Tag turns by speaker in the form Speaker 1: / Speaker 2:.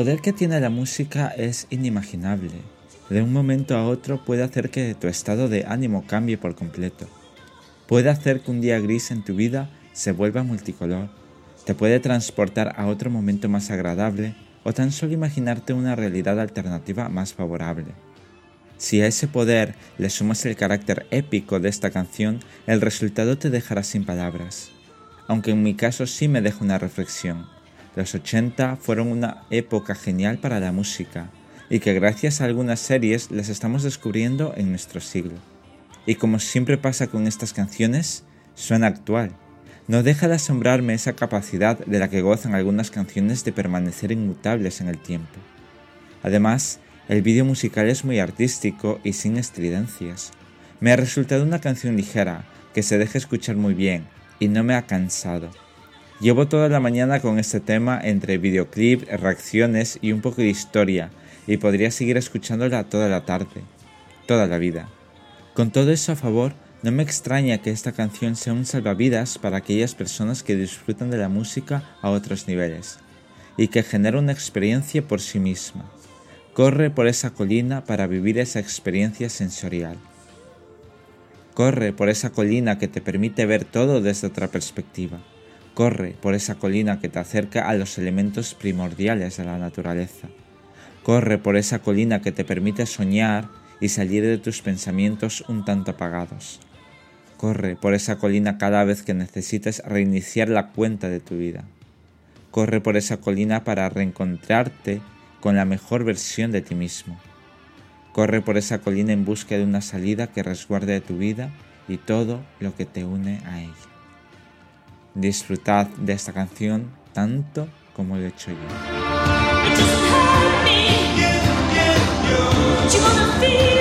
Speaker 1: poder que tiene la música es inimaginable. De un momento a otro puede hacer que tu estado de ánimo cambie por completo. Puede hacer que un día gris en tu vida se vuelva multicolor. Te puede transportar a otro momento más agradable o tan solo imaginarte una realidad alternativa más favorable. Si a ese poder le sumas el carácter épico de esta canción, el resultado te dejará sin palabras. Aunque en mi caso sí me deja una reflexión. Los 80 fueron una época genial para la música y que gracias a algunas series las estamos descubriendo en nuestro siglo. Y como siempre pasa con estas canciones, suena actual. No deja de asombrarme esa capacidad de la que gozan algunas canciones de permanecer inmutables en el tiempo. Además, el vídeo musical es muy artístico y sin estridencias. Me ha resultado una canción ligera, que se deja escuchar muy bien y no me ha cansado. Llevo toda la mañana con este tema entre videoclip, reacciones y un poco de historia, y podría seguir escuchándola toda la tarde, toda la vida. Con todo eso a favor, no me extraña que esta canción sea un salvavidas para aquellas personas que disfrutan de la música a otros niveles, y que genera una experiencia por sí misma. Corre por esa colina para vivir esa experiencia sensorial. Corre por esa colina que te permite ver todo desde otra perspectiva. Corre por esa colina que te acerca a los elementos primordiales de la naturaleza. Corre por esa colina que te permite soñar y salir de tus pensamientos un tanto apagados. Corre por esa colina cada vez que necesites reiniciar la cuenta de tu vida. Corre por esa colina para reencontrarte con la mejor versión de ti mismo. Corre por esa colina en busca de una salida que resguarde tu vida y todo lo que te une a ella. Disfrutad de esta canción tanto como lo he hecho yo.